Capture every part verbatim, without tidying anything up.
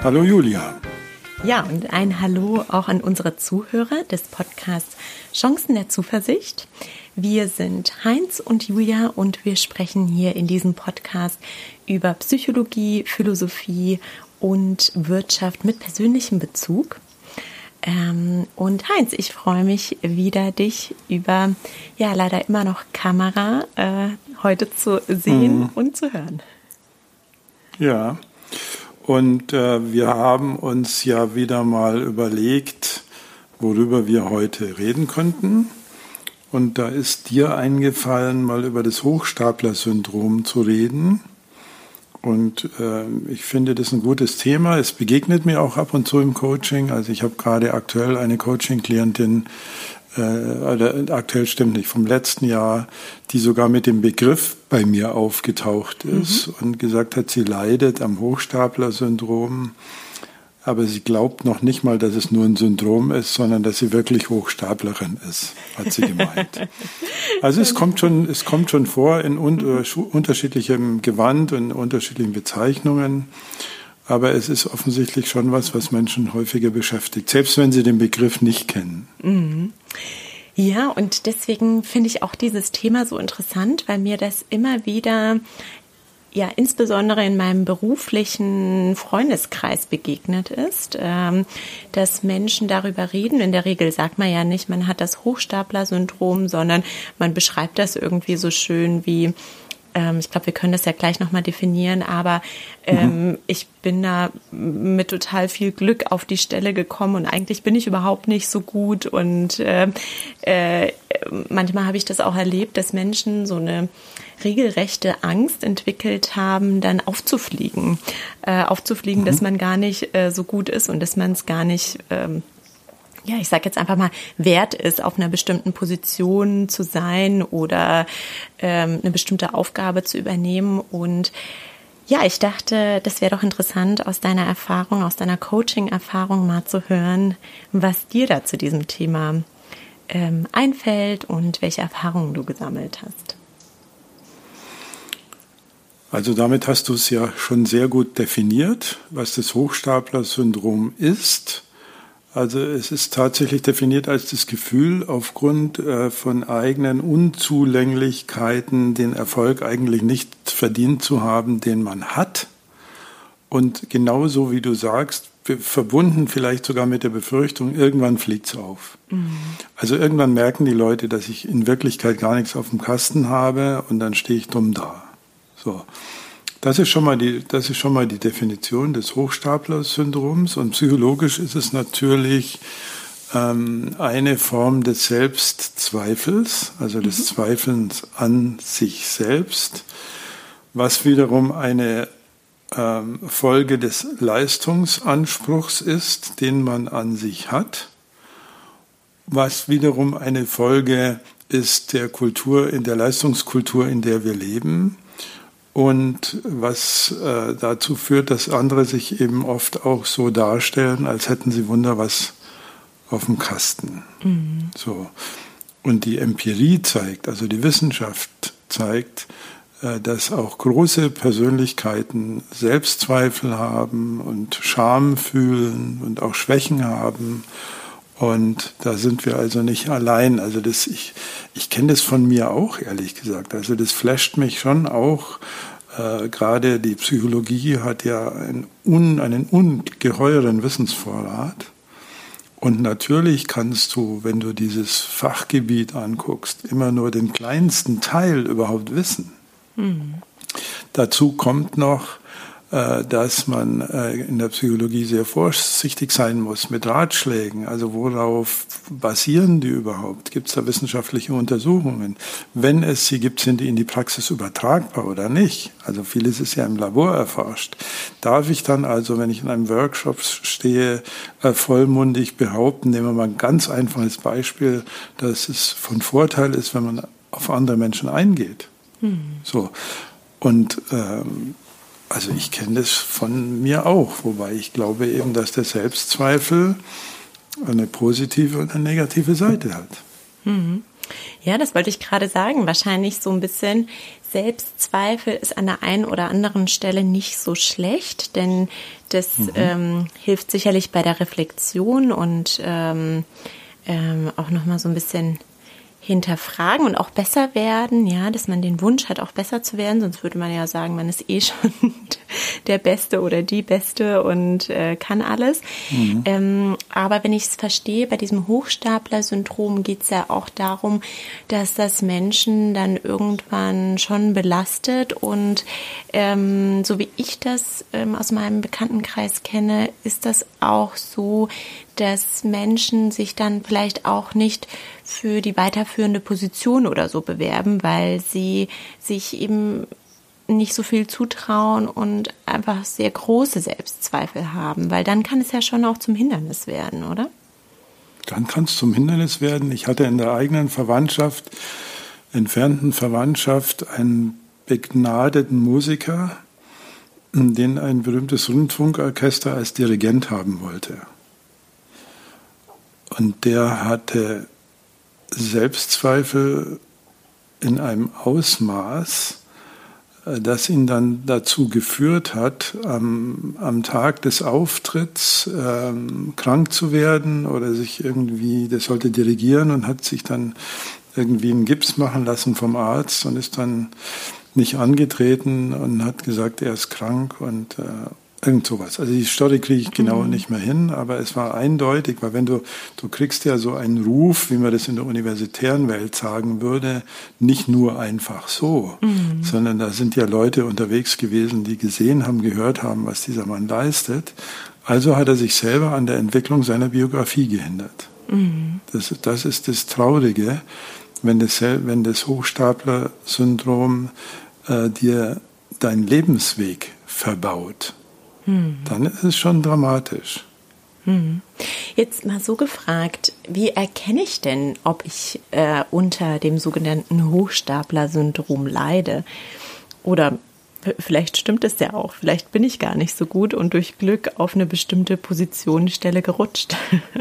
Hallo Julia. Ja, und ein Hallo auch an unsere Zuhörer des Podcasts Chancen der Zuversicht. Wir sind Heinz und Julia und wir sprechen hier in diesem Podcast über Psychologie, Philosophie und Wirtschaft mit persönlichem Bezug. Ähm, und Heinz, ich freue mich wieder, dich über, ja, leider immer noch Kamera äh, heute zu sehen mhm. und zu hören. Ja, und äh, wir haben uns ja wieder mal überlegt, worüber wir heute reden könnten. Und da ist dir eingefallen, mal über das Hochstapler-Syndrom zu reden. Und äh, ich finde das ein gutes Thema. Es begegnet mir auch ab und zu im Coaching. Also ich habe gerade aktuell eine Coaching-Klientin, äh, oder aktuell stimmt nicht, vom letzten Jahr, die sogar mit dem Begriff bei mir aufgetaucht ist mhm. und gesagt hat, sie leidet am Hochstapler-Syndrom. Aber sie glaubt noch nicht mal, dass es nur ein Syndrom ist, sondern dass sie wirklich Hochstaplerin ist, hat sie gemeint. Also es kommt schon, es kommt schon vor in un- unterschiedlichem Gewand und unterschiedlichen Bezeichnungen. Aber es ist offensichtlich schon was, was Menschen häufiger beschäftigt, selbst wenn sie den Begriff nicht kennen. Mhm. Ja, und deswegen finde ich auch dieses Thema so interessant, weil mir das immer wieder ja, insbesondere in meinem beruflichen Freundeskreis begegnet ist, ähm, dass Menschen darüber reden. In der Regel sagt man ja nicht, man hat das Hochstapler-Syndrom, sondern man beschreibt das irgendwie so schön wie, ähm, ich glaube, wir können das ja gleich nochmal definieren, aber ähm, mhm. ich bin da mit total viel Glück auf die Stelle gekommen und eigentlich bin ich überhaupt nicht so gut und äh, äh, manchmal habe ich das auch erlebt, dass Menschen so eine regelrechte Angst entwickelt haben, dann aufzufliegen. Äh, aufzufliegen, mhm. dass man gar nicht äh, so gut ist und dass man es gar nicht, ähm, ja, ich sage jetzt einfach mal, wert ist, auf einer bestimmten Position zu sein oder ähm, eine bestimmte Aufgabe zu übernehmen. Und ja, ich dachte, das wäre doch interessant, aus deiner Erfahrung, aus deiner Coaching-Erfahrung mal zu hören, was dir da zu diesem Thema ähm, einfällt und welche Erfahrungen du gesammelt hast. Also damit hast du es ja schon sehr gut definiert, was das Hochstapler-Syndrom ist. Also es ist tatsächlich definiert als das Gefühl, aufgrund äh, von eigenen Unzulänglichkeiten den Erfolg eigentlich nicht verdient zu haben, den man hat. Und genauso wie du sagst, verbunden vielleicht sogar mit der Befürchtung, irgendwann fliegt es auf. Mhm. Also irgendwann merken die Leute, dass ich in Wirklichkeit gar nichts auf dem Kasten habe und dann stehe ich dumm da. So, das ist schon mal die, das ist schon mal die Definition des Hochstapler-Syndroms und psychologisch ist es natürlich ähm, eine Form des Selbstzweifels, also des mhm. Zweifelns an sich selbst, was wiederum eine ähm, Folge des Leistungsanspruchs ist, den man an sich hat, was wiederum eine Folge ist der Kultur, in der Leistungskultur, in der wir leben. Und was äh, dazu führt, dass andere sich eben oft auch so darstellen, als hätten sie Wunder was auf dem Kasten. Mhm. So. Und die Empirie zeigt, also die Wissenschaft zeigt, äh, dass auch große Persönlichkeiten Selbstzweifel haben und Scham fühlen und auch Schwächen haben. Und da sind wir also nicht allein. Also das, ich, ich kenne das von mir auch, ehrlich gesagt. Also das flasht mich schon auch. Äh, gerade die Psychologie hat ja einen, un, einen ungeheuren Wissensvorrat. Und natürlich kannst du, wenn du dieses Fachgebiet anguckst, immer nur den kleinsten Teil überhaupt wissen. Mhm. Dazu kommt noch, dass man in der Psychologie sehr vorsichtig sein muss mit Ratschlägen. Also worauf basieren die überhaupt? Gibt es da wissenschaftliche Untersuchungen? Wenn es sie gibt, sind die in die Praxis übertragbar oder nicht? Also vieles ist ja im Labor erforscht. Darf ich dann also, wenn ich in einem Workshop stehe, vollmundig behaupten, nehmen wir mal ein ganz einfaches Beispiel, dass es von Vorteil ist, wenn man auf andere Menschen eingeht? Hm. So. Und ähm, Also ich kenne das von mir auch, wobei ich glaube eben, dass der Selbstzweifel eine positive und eine negative Seite hat. Mhm. Ja, das wollte ich gerade sagen. Wahrscheinlich so ein bisschen Selbstzweifel ist an der einen oder anderen Stelle nicht so schlecht, denn das mhm. ähm, hilft sicherlich bei der Reflexion und ähm, ähm, auch nochmal so ein bisschen hinterfragen und auch besser werden, ja, dass man den Wunsch hat, auch besser zu werden, sonst würde man ja sagen, man ist eh schon der Beste oder die Beste und äh, kann alles. Mhm. Ähm, aber wenn ich es verstehe, bei diesem Hochstapler-Syndrom geht es ja auch darum, dass das Menschen dann irgendwann schon belastet und ähm, so wie ich das ähm, aus meinem Bekanntenkreis kenne, ist das auch so, dass Menschen sich dann vielleicht auch nicht für die weiterführende Position oder so bewerben, weil sie sich eben nicht so viel zutrauen und einfach sehr große Selbstzweifel haben, weil dann kann es ja schon auch zum Hindernis werden, oder? Dann kann es zum Hindernis werden. Ich hatte in der eigenen Verwandtschaft, entfernten Verwandtschaft, einen begnadeten Musiker, den ein berühmtes Rundfunkorchester als Dirigent haben wollte. Und der hatte Selbstzweifel in einem Ausmaß, das ihn dann dazu geführt hat, am, am Tag des Auftritts ähm, krank zu werden oder sich irgendwie, der sollte dirigieren und hat sich dann irgendwie einen Gips machen lassen vom Arzt und ist dann nicht angetreten und hat gesagt, er ist krank und äh, irgend sowas. Also die Story kriege ich genau mhm. nicht mehr hin, aber es war eindeutig, weil wenn du, du kriegst ja so einen Ruf, wie man das in der universitären Welt sagen würde, nicht nur einfach so, mhm. sondern da sind ja Leute unterwegs gewesen, die gesehen haben, gehört haben, was dieser Mann leistet. Also hat er sich selber an der Entwicklung seiner Biografie gehindert. Mhm. Das, das ist das Traurige, wenn das, wenn das Hochstapler-Syndrom äh, dir deinen Lebensweg verbaut. Hm. Dann ist es schon dramatisch. Hm. Jetzt mal so gefragt, wie erkenne ich denn, ob ich äh, unter dem sogenannten Hochstapler-Syndrom leide? Oder vielleicht stimmt es ja auch, vielleicht bin ich gar nicht so gut und durch Glück auf eine bestimmte Positionstelle gerutscht.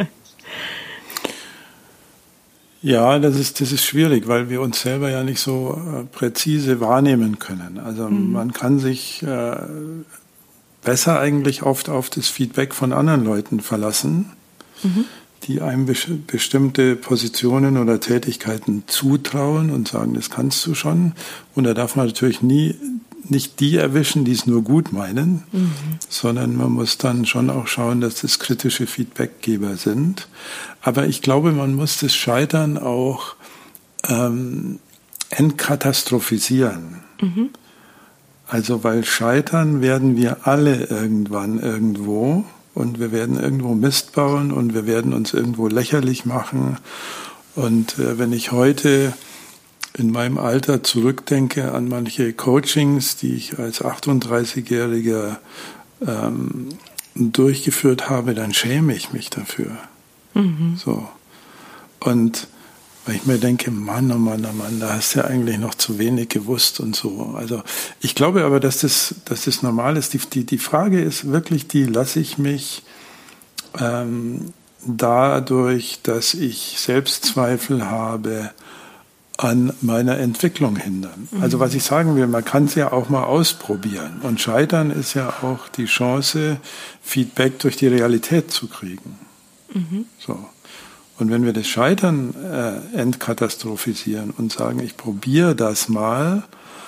Ja, das ist, das ist schwierig, weil wir uns selber ja nicht so äh, präzise wahrnehmen können. Also hm. man kann sich äh, besser eigentlich oft auf das Feedback von anderen Leuten verlassen, mhm. die einem be- bestimmte Positionen oder Tätigkeiten zutrauen und sagen, das kannst du schon. Und da darf man natürlich nie nicht die erwischen, die es nur gut meinen, mhm. sondern man muss dann schon auch schauen, dass das kritische Feedbackgeber sind. Aber ich glaube, man muss das Scheitern auch ähm, entkatastrophisieren. Mhm. Also, weil scheitern werden wir alle irgendwann irgendwo und wir werden irgendwo Mist bauen und wir werden uns irgendwo lächerlich machen. Und äh, wenn ich heute in meinem Alter zurückdenke an manche Coachings, die ich als achtunddreißigjähriger ähm, durchgeführt habe, dann schäme ich mich dafür. Mhm. So. Und weil ich mir denke, Mann, oh Mann, oh Mann, da hast du ja eigentlich noch zu wenig gewusst und so. Also ich glaube aber, dass das, dass das normal ist. Die, die, die Frage ist wirklich die, lasse ich mich ähm, dadurch, dass ich Selbstzweifel habe, an meiner Entwicklung hindern. Mhm. Also was ich sagen will, man kann es ja auch mal ausprobieren. Und Scheitern ist ja auch die Chance, Feedback durch die Realität zu kriegen. Mhm. So. Und wenn wir das Scheitern äh, entkatastrophisieren und sagen, ich probiere das mal,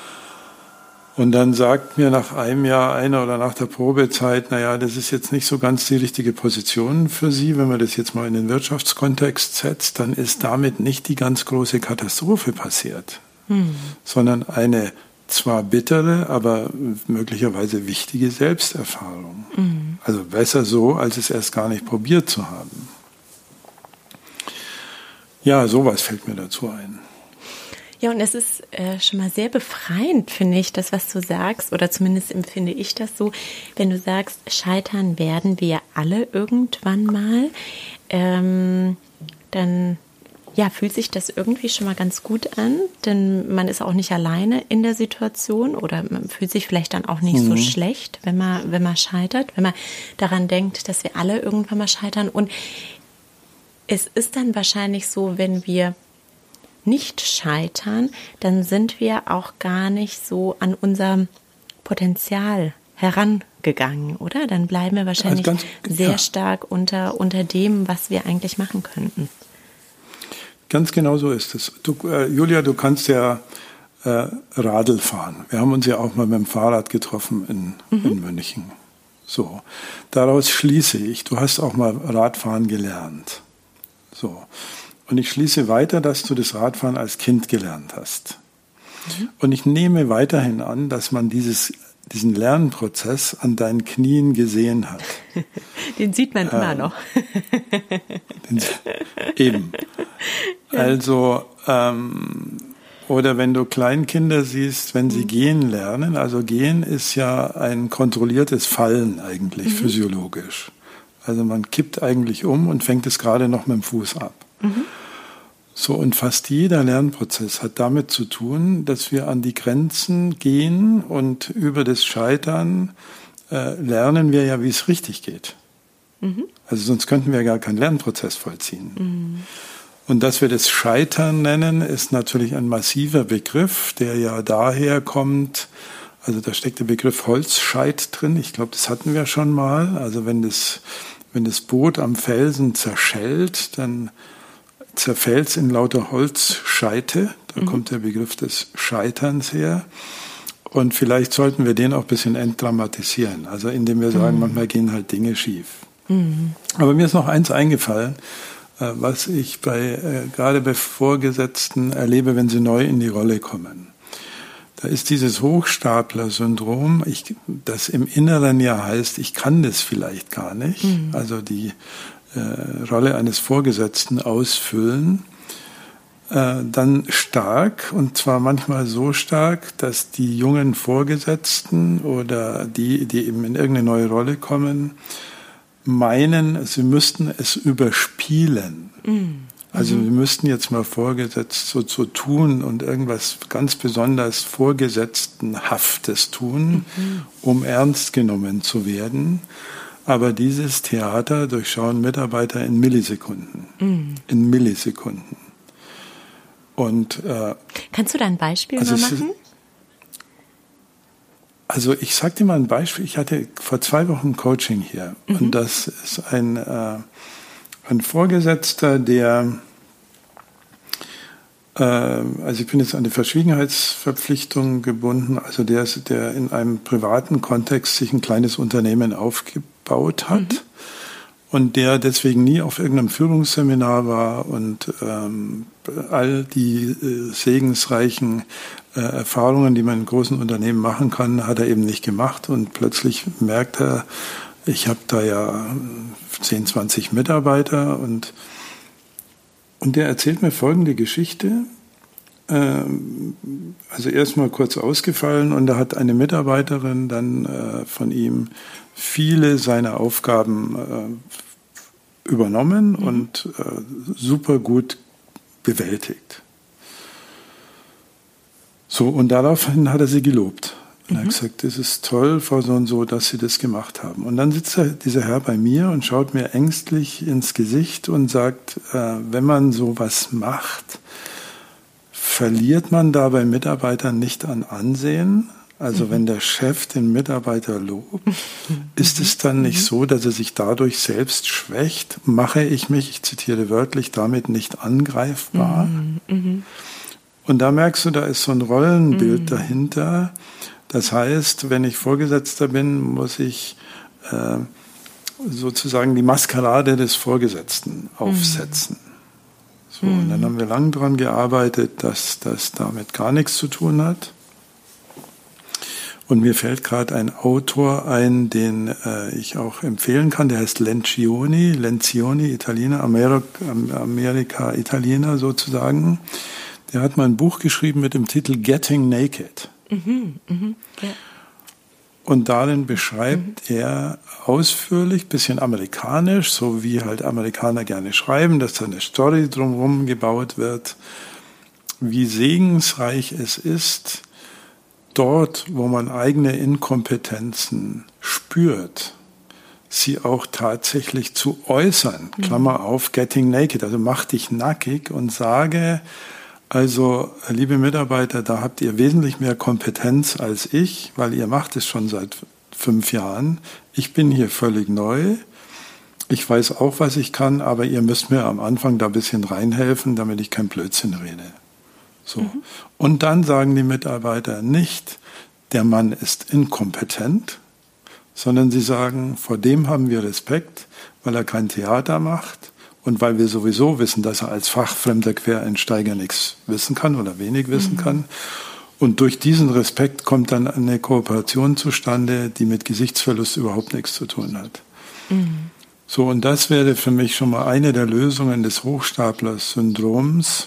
und dann sagt mir nach einem Jahr einer oder nach der Probezeit, naja, das ist jetzt nicht so ganz die richtige Position für Sie, wenn man das jetzt mal in den Wirtschaftskontext setzt, dann ist damit nicht die ganz große Katastrophe passiert, hm. sondern eine zwar bittere, aber möglicherweise wichtige Selbsterfahrung. Hm. Also besser so, als es erst gar nicht probiert zu haben. Ja, sowas fällt mir dazu ein. Ja, und es ist äh, schon mal sehr befreiend, finde ich, das, was du sagst, oder zumindest empfinde ich das so, wenn du sagst, scheitern werden wir alle irgendwann mal, ähm, dann ja, fühlt sich das irgendwie schon mal ganz gut an, denn man ist auch nicht alleine in der Situation oder man fühlt sich vielleicht dann auch nicht mhm. so schlecht, wenn man, wenn man scheitert, wenn man daran denkt, dass wir alle irgendwann mal scheitern. Und es ist dann wahrscheinlich so, wenn wir nicht scheitern, dann sind wir auch gar nicht so an unser Potenzial herangegangen, oder? Dann bleiben wir wahrscheinlich also ganz, sehr ja. stark unter, unter dem, was wir eigentlich machen könnten. Ganz genau so ist es. Du, äh, Julia, du kannst ja äh, Radl fahren. Wir haben uns ja auch mal mit dem Fahrrad getroffen in, mhm. in München. So, daraus schließe ich, du hast auch mal Radfahren gelernt. So. Und ich schließe weiter, dass du das Radfahren als Kind gelernt hast. Mhm. Und ich nehme weiterhin an, dass man dieses, diesen Lernprozess an deinen Knien gesehen hat. Den sieht man ähm, immer noch. den, eben. Ja. Also, ähm, oder wenn du Kleinkinder siehst, wenn sie mhm. gehen lernen, also gehen ist ja ein kontrolliertes Fallen eigentlich, mhm. physiologisch. Also man kippt eigentlich um und fängt es gerade noch mit dem Fuß ab. Mhm. So, und fast jeder Lernprozess hat damit zu tun, dass wir an die Grenzen gehen und über das Scheitern äh, lernen wir ja, wie es richtig geht. Mhm. Also sonst könnten wir gar keinen Lernprozess vollziehen. Mhm. Und dass wir das Scheitern nennen, ist natürlich ein massiver Begriff, der ja daher kommt, also da steckt der Begriff Holzscheit drin. Ich glaube, das hatten wir schon mal. Also wenn das, wenn das Boot am Felsen zerschellt, dann zerfällt es in lauter Holzscheite. Da mhm. kommt der Begriff des Scheiterns her. Und vielleicht sollten wir den auch ein bisschen entdramatisieren. Also indem wir sagen, mhm. manchmal gehen halt Dinge schief. Mhm. Aber mir ist noch eins eingefallen, was ich bei, äh, gerade bei Vorgesetzten erlebe, wenn sie neu in die Rolle kommen. Da ist dieses Hochstapler-Syndrom, ich, das im Inneren ja heißt, ich kann das vielleicht gar nicht, mhm. also die äh, Rolle eines Vorgesetzten ausfüllen, äh, dann stark, und zwar manchmal so stark, dass die jungen Vorgesetzten oder die, die eben in irgendeine neue Rolle kommen, meinen, sie müssten es überspielen. Mhm. Also wir müssten jetzt mal vorgesetzt so, so tun und irgendwas ganz besonders Vorgesetztenhaftes tun, mhm. um ernst genommen zu werden. Aber dieses Theater durchschauen Mitarbeiter in Millisekunden. Mhm. In Millisekunden. Und, äh, kannst du da ein Beispiel also mal machen? Also ich sage dir mal ein Beispiel. Ich hatte vor zwei Wochen ein Coaching hier. Mhm. Und das ist ein, äh, ein Vorgesetzter, der, äh, also ich bin jetzt an die Verschwiegenheitsverpflichtung gebunden, also der, der in einem privaten Kontext sich ein kleines Unternehmen aufgebaut hat. Mhm. Und der deswegen nie auf irgendeinem Führungsseminar war und ähm, all die äh, segensreichen äh, Erfahrungen, die man in großen Unternehmen machen kann, hat er eben nicht gemacht. Und plötzlich merkt er, ich habe da ja zehn, zwanzig Mitarbeiter. Und, und der erzählt mir folgende Geschichte. Ähm, also erstmal kurz ausgefallen, und da hat eine Mitarbeiterin dann äh, von ihm viele seiner Aufgaben äh, übernommen mhm. und äh, super gut bewältigt. So, und daraufhin hat er sie gelobt. Und mhm. er hat gesagt, das ist toll, Frau so und so, dass Sie das gemacht haben. Und dann sitzt er, dieser Herr bei mir und schaut mir ängstlich ins Gesicht und sagt, äh, wenn man sowas macht, verliert man da bei Mitarbeitern nicht an Ansehen? Also mhm. wenn der Chef den Mitarbeiter lobt, ist es dann nicht so, dass er sich dadurch selbst schwächt? Mache ich mich, ich zitiere wörtlich, damit nicht angreifbar? Mhm. Und da merkst du, da ist so ein Rollenbild mhm. dahinter. Das heißt, wenn ich Vorgesetzter bin, muss ich äh, sozusagen die Maskerade des Vorgesetzten aufsetzen. Mhm. So, und dann haben wir lange daran gearbeitet, dass das damit gar nichts zu tun hat. Und mir fällt gerade ein Autor ein, den äh, ich auch empfehlen kann, der heißt Lencioni, Lencioni, Italiener, Amerika, Amerika, Italiener sozusagen. Der hat mal ein Buch geschrieben mit dem Titel Getting Naked. Mhm, mh, ja. Und darin beschreibt mhm. er ausführlich, bisschen amerikanisch, so wie halt Amerikaner gerne schreiben, dass da eine Story drumherum gebaut wird, wie segensreich es ist, dort, wo man eigene Inkompetenzen spürt, sie auch tatsächlich zu äußern. Mhm. Klammer auf, getting naked, also mach dich nackig und sage, Also, liebe Mitarbeiter, da habt ihr wesentlich mehr Kompetenz als ich, weil ihr macht es schon seit fünf Jahren. Ich bin hier völlig neu. Ich weiß auch, was ich kann, aber ihr müsst mir am Anfang da ein bisschen reinhelfen, damit ich kein Blödsinn rede. So. Mhm. Und dann sagen die Mitarbeiter nicht, der Mann ist inkompetent, sondern sie sagen, vor dem haben wir Respekt, weil er kein Theater macht und weil wir sowieso wissen, dass er als fachfremder Quereinsteiger nichts wissen kann oder wenig wissen mhm. kann. Und durch diesen Respekt kommt dann eine Kooperation zustande, die mit Gesichtsverlust überhaupt nichts zu tun hat. Mhm. So, und das wäre für mich schon mal eine der Lösungen des Hochstapler-Syndroms,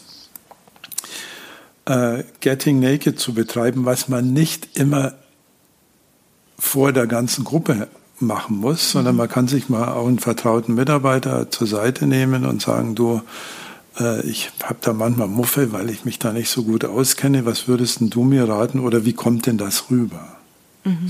äh, Getting Naked zu betreiben, was man nicht immer vor der ganzen Gruppe machen muss, sondern man kann sich mal auch einen vertrauten Mitarbeiter zur Seite nehmen und sagen, du, äh, ich habe da manchmal Muffe, weil ich mich da nicht so gut auskenne, was würdest denn du mir raten oder wie kommt denn das rüber? Mhm.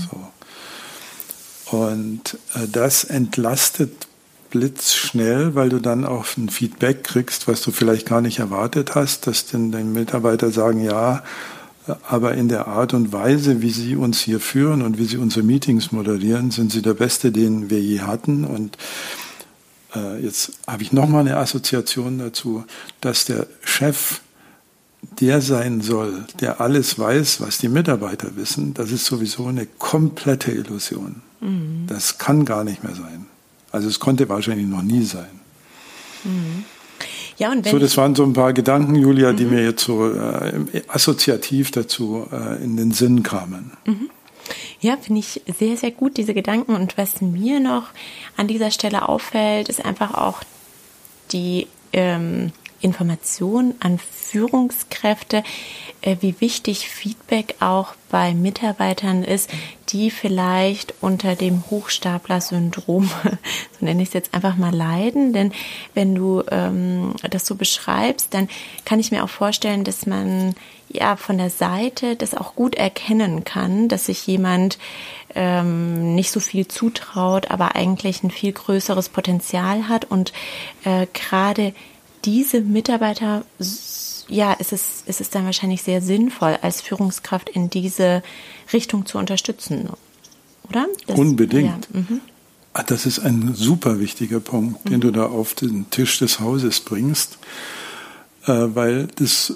So. Und äh, das entlastet blitzschnell, weil du dann auch ein Feedback kriegst, was du vielleicht gar nicht erwartet hast, dass dann deine Mitarbeiter sagen, ja, aber in der Art und Weise, wie sie uns hier führen und wie sie unsere Meetings moderieren, sind sie der Beste, den wir je hatten. Und äh, jetzt habe ich nochmal eine Assoziation dazu, dass der Chef der sein soll, der alles weiß, was die Mitarbeiter wissen. Das ist sowieso eine komplette Illusion. Mhm. Das kann gar nicht mehr sein. Also es konnte wahrscheinlich noch nie sein. Mhm. Ja, und wenn so, das waren so ein paar Gedanken, Julia, mhm. die mir jetzt so äh, assoziativ dazu äh, in den Sinn kamen. Mhm. Ja, finde ich sehr, sehr gut, diese Gedanken. Und was mir noch an dieser Stelle auffällt, ist einfach auch die ähm, Information an Führungskräfte, äh, wie wichtig Feedback auch bei Mitarbeitern ist, die vielleicht unter dem Hochstapler-Syndrom, so nenne ich es jetzt einfach mal, leiden. Denn wenn du ähm, das so beschreibst, dann kann ich mir auch vorstellen, dass man ja von der Seite das auch gut erkennen kann, dass sich jemand ähm, nicht so viel zutraut, aber eigentlich ein viel größeres Potenzial hat. Und äh, gerade diese Mitarbeiter, ja, ist es, ist es dann wahrscheinlich sehr sinnvoll, als Führungskraft in diese Richtung zu unterstützen, oder? Das, Unbedingt. Ja, mhm. Das ist ein super wichtiger Punkt, mhm. den du da auf den Tisch des Hauses bringst, äh, weil das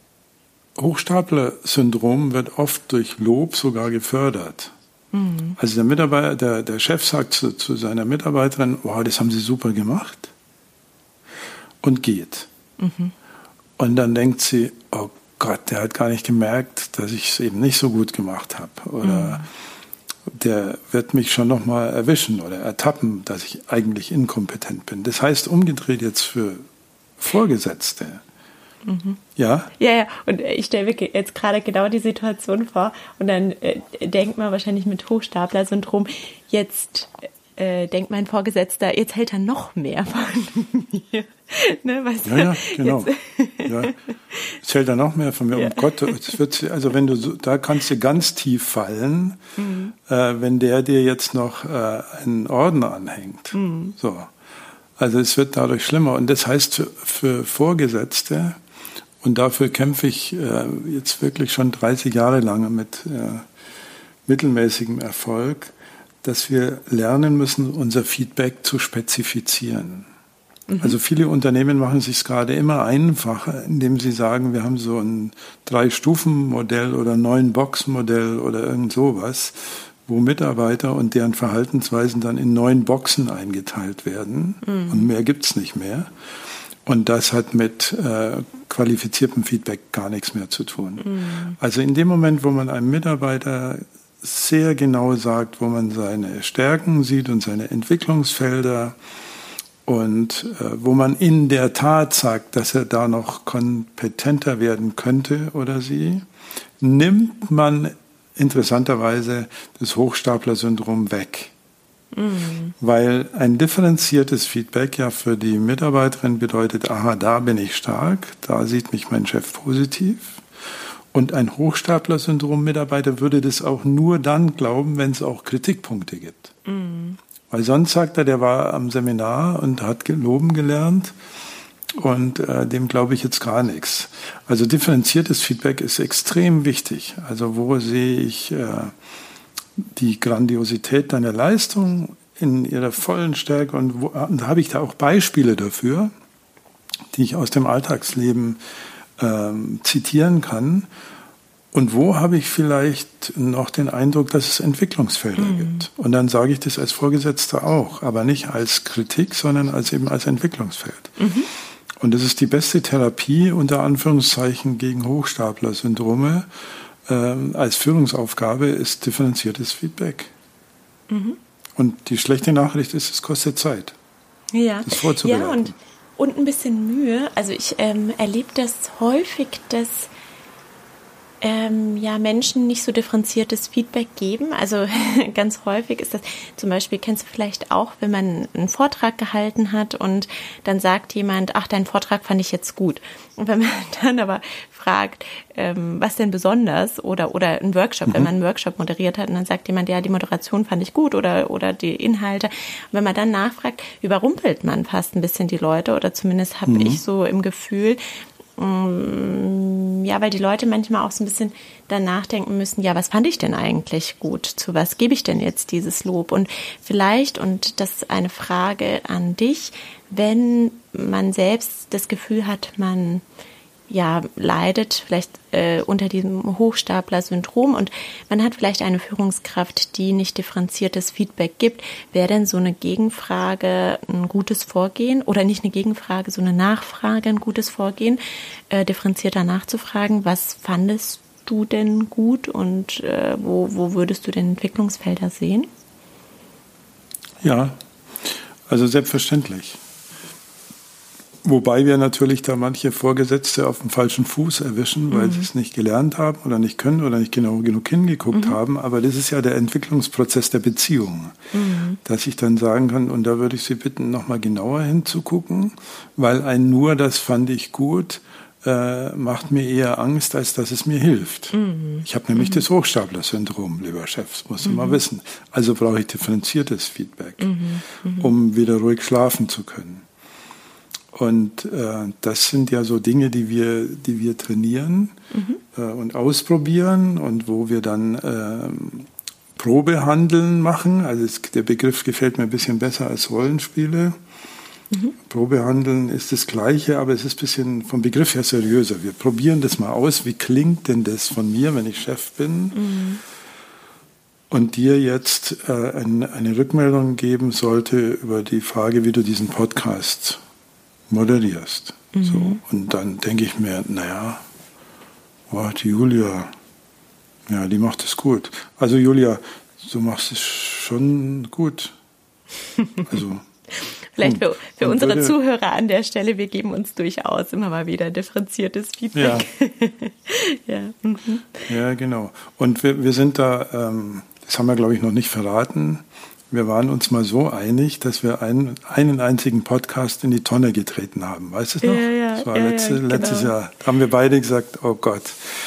Hochstapler-Syndrom wird oft durch Lob sogar gefördert. Mhm. Also der Mitarbeiter, der, der Chef sagt zu, zu seiner Mitarbeiterin, wow, das haben Sie super gemacht, und geht. Mhm. Und dann denkt sie, oh Gott, der hat gar nicht gemerkt, dass ich es eben nicht so gut gemacht habe. Oder mhm. der wird mich schon nochmal erwischen oder ertappen, dass ich eigentlich inkompetent bin. Das heißt umgedreht jetzt für Vorgesetzte. Mhm. Ja? Ja, ja. Und ich stelle mir jetzt gerade genau die Situation vor und dann äh, denkt man wahrscheinlich mit Hochstapler-Syndrom, jetzt äh, denkt mein Vorgesetzter, jetzt hält er noch mehr von mir. Ne, weißt ja, ja, genau. Ja. Jetzt hält er noch mehr von mir. Ja. Oh Gott, es wird, also wenn du so, da kannst du ganz tief fallen, mhm. äh, wenn der dir jetzt noch äh, einen Orden anhängt. Mhm. So. Also es wird dadurch schlimmer. Und das heißt für, für Vorgesetzte, und dafür kämpfe ich äh, jetzt wirklich schon dreißig Jahre lang mit äh, mittelmäßigem Erfolg, dass wir lernen müssen, unser Feedback zu spezifizieren. Also viele Unternehmen machen es sich gerade immer einfacher, indem sie sagen, wir haben so ein Drei-Stufen-Modell oder Neun-Box-Modell oder irgend sowas, wo Mitarbeiter und deren Verhaltensweisen dann in neun Boxen eingeteilt werden. Mhm. Und mehr gibt's nicht mehr. Und das hat mit äh, qualifiziertem Feedback gar nichts mehr zu tun. Mhm. Also in dem Moment, wo man einem Mitarbeiter sehr genau sagt, wo man seine Stärken sieht und seine Entwicklungsfelder, und äh, wo man in der Tat sagt, dass er da noch kompetenter werden könnte oder sie, nimmt man interessanterweise das Hochstapler-Syndrom weg. Mhm. Weil ein differenziertes Feedback ja für die Mitarbeiterin bedeutet, aha, da bin ich stark, da sieht mich mein Chef positiv. Und ein Hochstapler-Syndrom-Mitarbeiter würde das auch nur dann glauben, wenn es auch Kritikpunkte gibt. Mhm. Weil sonst sagt er, der war am Seminar und hat loben gelernt, und äh, dem glaube ich jetzt gar nichts. Also differenziertes Feedback ist extrem wichtig. Also wo sehe ich äh, die Grandiosität deiner Leistung in ihrer vollen Stärke und, wo, und habe ich da auch Beispiele dafür, die ich aus dem Alltagsleben ähm, zitieren kann. Und wo habe ich vielleicht noch den Eindruck, dass es Entwicklungsfelder mhm. gibt? Und dann sage ich das als Vorgesetzter auch, aber nicht als Kritik, sondern als eben als Entwicklungsfeld. Mhm. Und das ist die beste Therapie unter Anführungszeichen gegen Hochstapler-Syndrome. Ähm, als Führungsaufgabe ist differenziertes Feedback. Mhm. Und die schlechte Nachricht ist, es kostet Zeit, ja. das vorzubereiten. Ja, und, und ein bisschen Mühe. Also ich ähm, erlebe das häufig, dass Ähm, ja, Menschen nicht so differenziertes Feedback geben. Also ganz häufig ist das, zum Beispiel kennst du vielleicht auch, wenn man einen Vortrag gehalten hat und dann sagt jemand, ach, deinen Vortrag fand ich jetzt gut. Und wenn man dann aber fragt, ähm, was denn besonders oder oder ein Workshop, mhm. wenn man einen Workshop moderiert hat und dann sagt jemand, ja, die Moderation fand ich gut oder oder die Inhalte. Und wenn man dann nachfragt, überrumpelt man fast ein bisschen die Leute oder zumindest habe mhm. ich so im Gefühl, ja, weil die Leute manchmal auch so ein bisschen dann nachdenken müssen, ja, was fand ich denn eigentlich gut? Zu was gebe ich denn jetzt dieses Lob? Und vielleicht, und das ist eine Frage an dich, wenn man selbst das Gefühl hat, man ja, leidet vielleicht äh, unter diesem Hochstapler-Syndrom und man hat vielleicht eine Führungskraft, die nicht differenziertes Feedback gibt. Wäre denn so eine Gegenfrage ein gutes Vorgehen oder nicht eine Gegenfrage, so eine Nachfrage ein gutes Vorgehen, äh, differenzierter nachzufragen, was fandest du denn gut und äh, wo, wo würdest du denn Entwicklungsfelder sehen? Ja, also selbstverständlich. Wobei wir natürlich da manche Vorgesetzte auf dem falschen Fuß erwischen, weil mhm. sie es nicht gelernt haben oder nicht können oder nicht genau genug hingeguckt mhm. haben. Aber das ist ja der Entwicklungsprozess der Beziehung, mhm. dass ich dann sagen kann, und da würde ich Sie bitten, nochmal genauer hinzugucken, weil ein nur, das fand ich gut, äh, macht mir eher Angst, als dass es mir hilft. Mhm. Ich habe nämlich mhm. das Hochstapler-Syndrom, lieber Chef, das musst du mhm. mal wissen. Also brauche ich differenziertes Feedback, mhm. Mhm. um wieder ruhig schlafen zu können. Und äh, das sind ja so Dinge, die wir, die wir trainieren mhm. äh, und ausprobieren und wo wir dann äh, Probehandeln machen. Also es, der Begriff gefällt mir ein bisschen besser als Rollenspiele. Mhm. Probehandeln ist das Gleiche, aber es ist ein bisschen vom Begriff her seriöser. Wir probieren das mal aus. Wie klingt denn das von mir, wenn ich Chef bin? Mhm. Und dir jetzt äh, eine, eine Rückmeldung geben sollte über die Frage, wie du diesen Podcast moderierst. Mhm. So. Und dann denke ich mir, naja, wow, die Julia, ja, die macht es gut. Also Julia, du machst es schon gut. Also vielleicht für, für unsere würde, Zuhörer an der Stelle, wir geben uns durchaus immer mal wieder differenziertes Feedback. Ja, ja. Mhm. Ja, genau. Und wir, wir sind da, ähm, das haben wir, glaube ich, noch nicht verraten. Wir waren uns mal so einig, dass wir einen, einen einzigen Podcast in die Tonne getreten haben. Weißt du es noch? Ja, ja, das war ja, letzte, ja, genau. letztes Jahr. Da haben wir beide gesagt, oh Gott.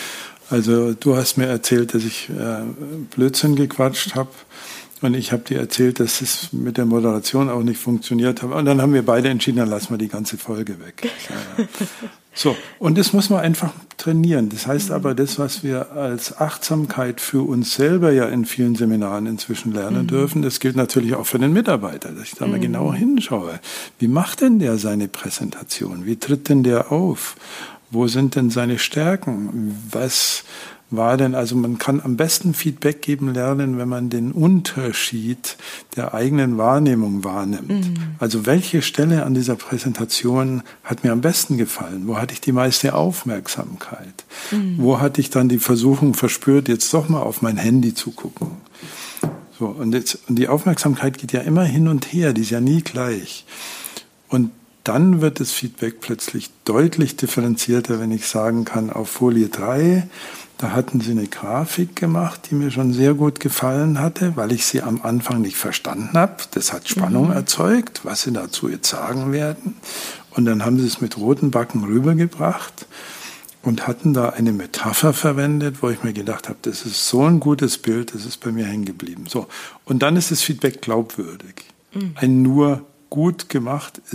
Also du hast mir erzählt, dass ich äh, Blödsinn gequatscht habe. Und ich habe dir erzählt, dass es mit der Moderation auch nicht funktioniert hat. Und dann haben wir beide entschieden, dann lassen wir die ganze Folge weg. Ja. So, und das muss man einfach trainieren. Das heißt aber, das, was wir als Achtsamkeit für uns selber ja in vielen Seminaren inzwischen lernen mhm. dürfen, das gilt natürlich auch für den Mitarbeiter, dass ich da mal mhm. genauer hinschaue. Wie macht denn der seine Präsentation? Wie tritt denn der auf? Wo sind denn seine Stärken? Was war denn, also man kann am besten Feedback geben lernen, wenn man den Unterschied der eigenen Wahrnehmung wahrnimmt. Mhm. Also welche Stelle an dieser Präsentation hat mir am besten gefallen? Wo hatte ich die meiste Aufmerksamkeit? Mhm. Wo hatte ich dann die Versuchung verspürt, jetzt doch mal auf mein Handy zu gucken? So, und, jetzt, und die Aufmerksamkeit geht ja immer hin und her, die ist ja nie gleich. Und dann wird das Feedback plötzlich deutlich differenzierter, wenn ich sagen kann, auf Folie drei, da hatten sie eine Grafik gemacht, die mir schon sehr gut gefallen hatte, weil ich sie am Anfang nicht verstanden habe. Das hat Spannung mhm. erzeugt, was sie dazu jetzt sagen werden. Und dann haben sie es mit roten Backen rübergebracht und hatten da eine Metapher verwendet, wo ich mir gedacht habe, das ist so ein gutes Bild, das ist bei mir hängen geblieben. So. Und dann ist das Feedback glaubwürdig. Mhm. Ein nur gut gemacht ist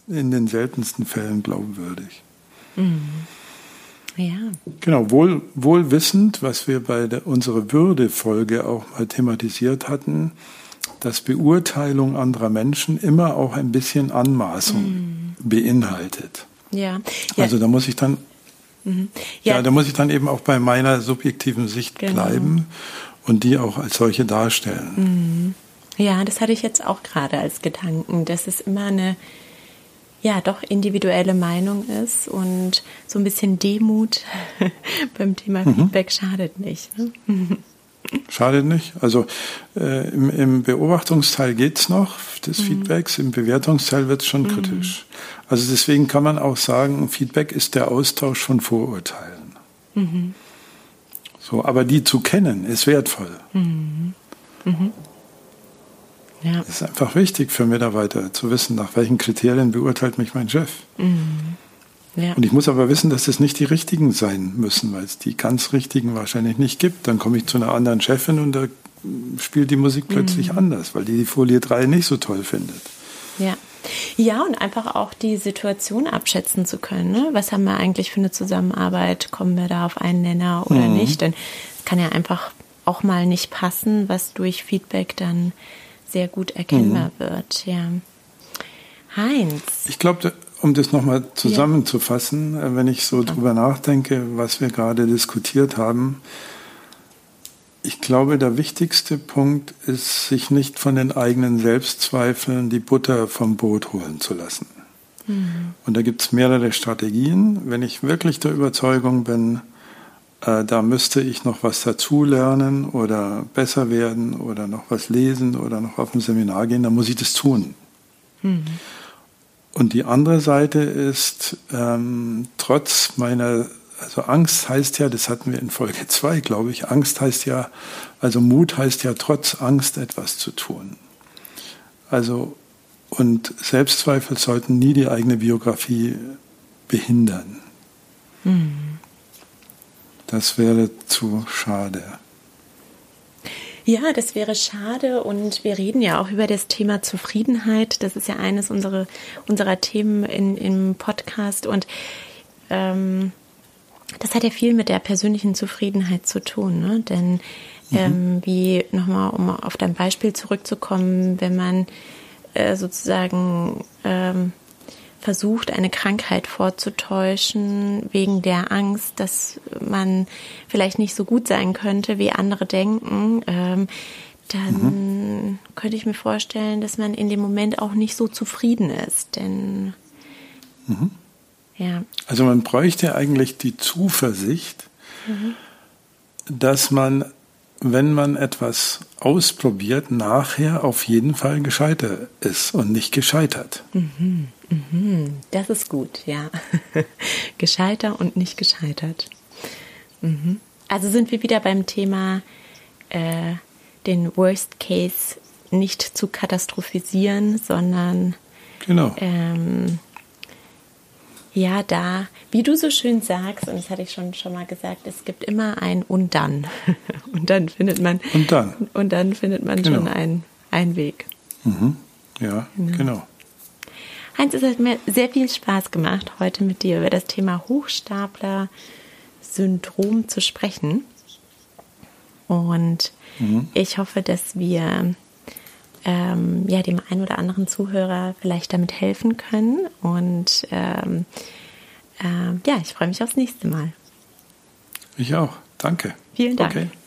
in den seltensten Fällen glaubwürdig. Mhm. Ja. Genau, wohl, wohl wissend, was wir bei der, unserer Würde-Folge auch mal thematisiert hatten, dass Beurteilung anderer Menschen immer auch ein bisschen Anmaßung mhm. beinhaltet. Ja. ja. Also da muss ich dann, mhm. ja. ja, da muss ich dann eben auch bei meiner subjektiven Sicht genau. bleiben und die auch als solche darstellen. Mhm. Ja, das hatte ich jetzt auch gerade als Gedanken, dass es immer eine ja doch individuelle Meinung ist und so ein bisschen Demut beim Thema mhm. Feedback schadet nicht. Ne? Schadet nicht. Also äh, im, im Beobachtungsteil geht's noch des mhm. Feedbacks, im Bewertungsteil wird's schon mhm. kritisch. Also deswegen kann man auch sagen, Feedback ist der Austausch von Vorurteilen. Mhm. So, aber die zu kennen, ist wertvoll. Mhm. Mhm. Ja. Es ist einfach wichtig für Mitarbeiter zu wissen, nach welchen Kriterien beurteilt mich mein Chef. Mhm. Ja. Und ich muss aber wissen, dass das nicht die richtigen sein müssen, weil es die ganz richtigen wahrscheinlich nicht gibt. Dann komme ich zu einer anderen Chefin und da spielt die Musik plötzlich mhm. anders, weil die die Folie drei nicht so toll findet. Ja. Ja, und einfach auch die Situation abschätzen zu können. Ne? Was haben wir eigentlich für eine Zusammenarbeit? Kommen wir da auf einen Nenner oder mhm. nicht? Denn es kann ja einfach auch mal nicht passen, was durch Feedback dann sehr gut erkennbar mhm. wird. Ja. Heinz. Ich glaube, um das nochmal zusammenzufassen, ja. wenn ich so ja. drüber nachdenke, was wir gerade diskutiert haben, ich glaube, der wichtigste Punkt ist, sich nicht von den eigenen Selbstzweifeln die Butter vom Brot holen zu lassen. Mhm. Und da gibt es mehrere Strategien. Wenn ich wirklich der Überzeugung bin, äh, da müsste ich noch was dazulernen oder besser werden oder noch was lesen oder noch auf ein Seminar gehen, dann muss ich das tun. Mhm. Und die andere Seite ist, ähm, trotz meiner, also Angst heißt ja, das hatten wir in Folge zwei, glaube ich, Angst heißt ja, also Mut heißt ja, trotz Angst etwas zu tun. Also, und Selbstzweifel sollten nie die eigene Biografie behindern. Mhm. Das wäre zu schade. Ja, das wäre schade und wir reden ja auch über das Thema Zufriedenheit. Das ist ja eines unserer, unserer Themen in, im Podcast und ähm, das hat ja viel mit der persönlichen Zufriedenheit zu tun, ne? Denn mhm. ähm, wie nochmal, um auf dein Beispiel zurückzukommen, wenn man äh, sozusagen ähm, versucht, eine Krankheit vorzutäuschen, wegen der Angst, dass man vielleicht nicht so gut sein könnte, wie andere denken, ähm, dann mhm. könnte ich mir vorstellen, dass man in dem Moment auch nicht so zufrieden ist. Denn mhm. ja. Also man bräuchte eigentlich die Zuversicht, mhm. dass man, wenn man etwas ausprobiert, nachher auf jeden Fall gescheitert ist und nicht gescheitert. Mhm. Mhm. Das ist gut, ja. Gescheiter und nicht gescheitert. Mhm. Also sind wir wieder beim Thema, äh, den Worst Case nicht zu katastrophisieren, sondern genau. ähm, ja, da, wie du so schön sagst, und das hatte ich schon, schon mal gesagt, es gibt immer ein und dann. Und dann findet man, und dann, und dann findet man genau. schon einen, einen Weg. Mhm. Ja, genau. genau. Heinz, es hat mir sehr viel Spaß gemacht, heute mit dir über das Thema Hochstapler-Syndrom zu sprechen. Und mhm. ich hoffe, dass wir ähm, ja, dem einen oder anderen Zuhörer vielleicht damit helfen können. Und ähm, ähm, ja, ich freue mich aufs nächste Mal. Ich auch. Danke. Vielen Dank. Okay.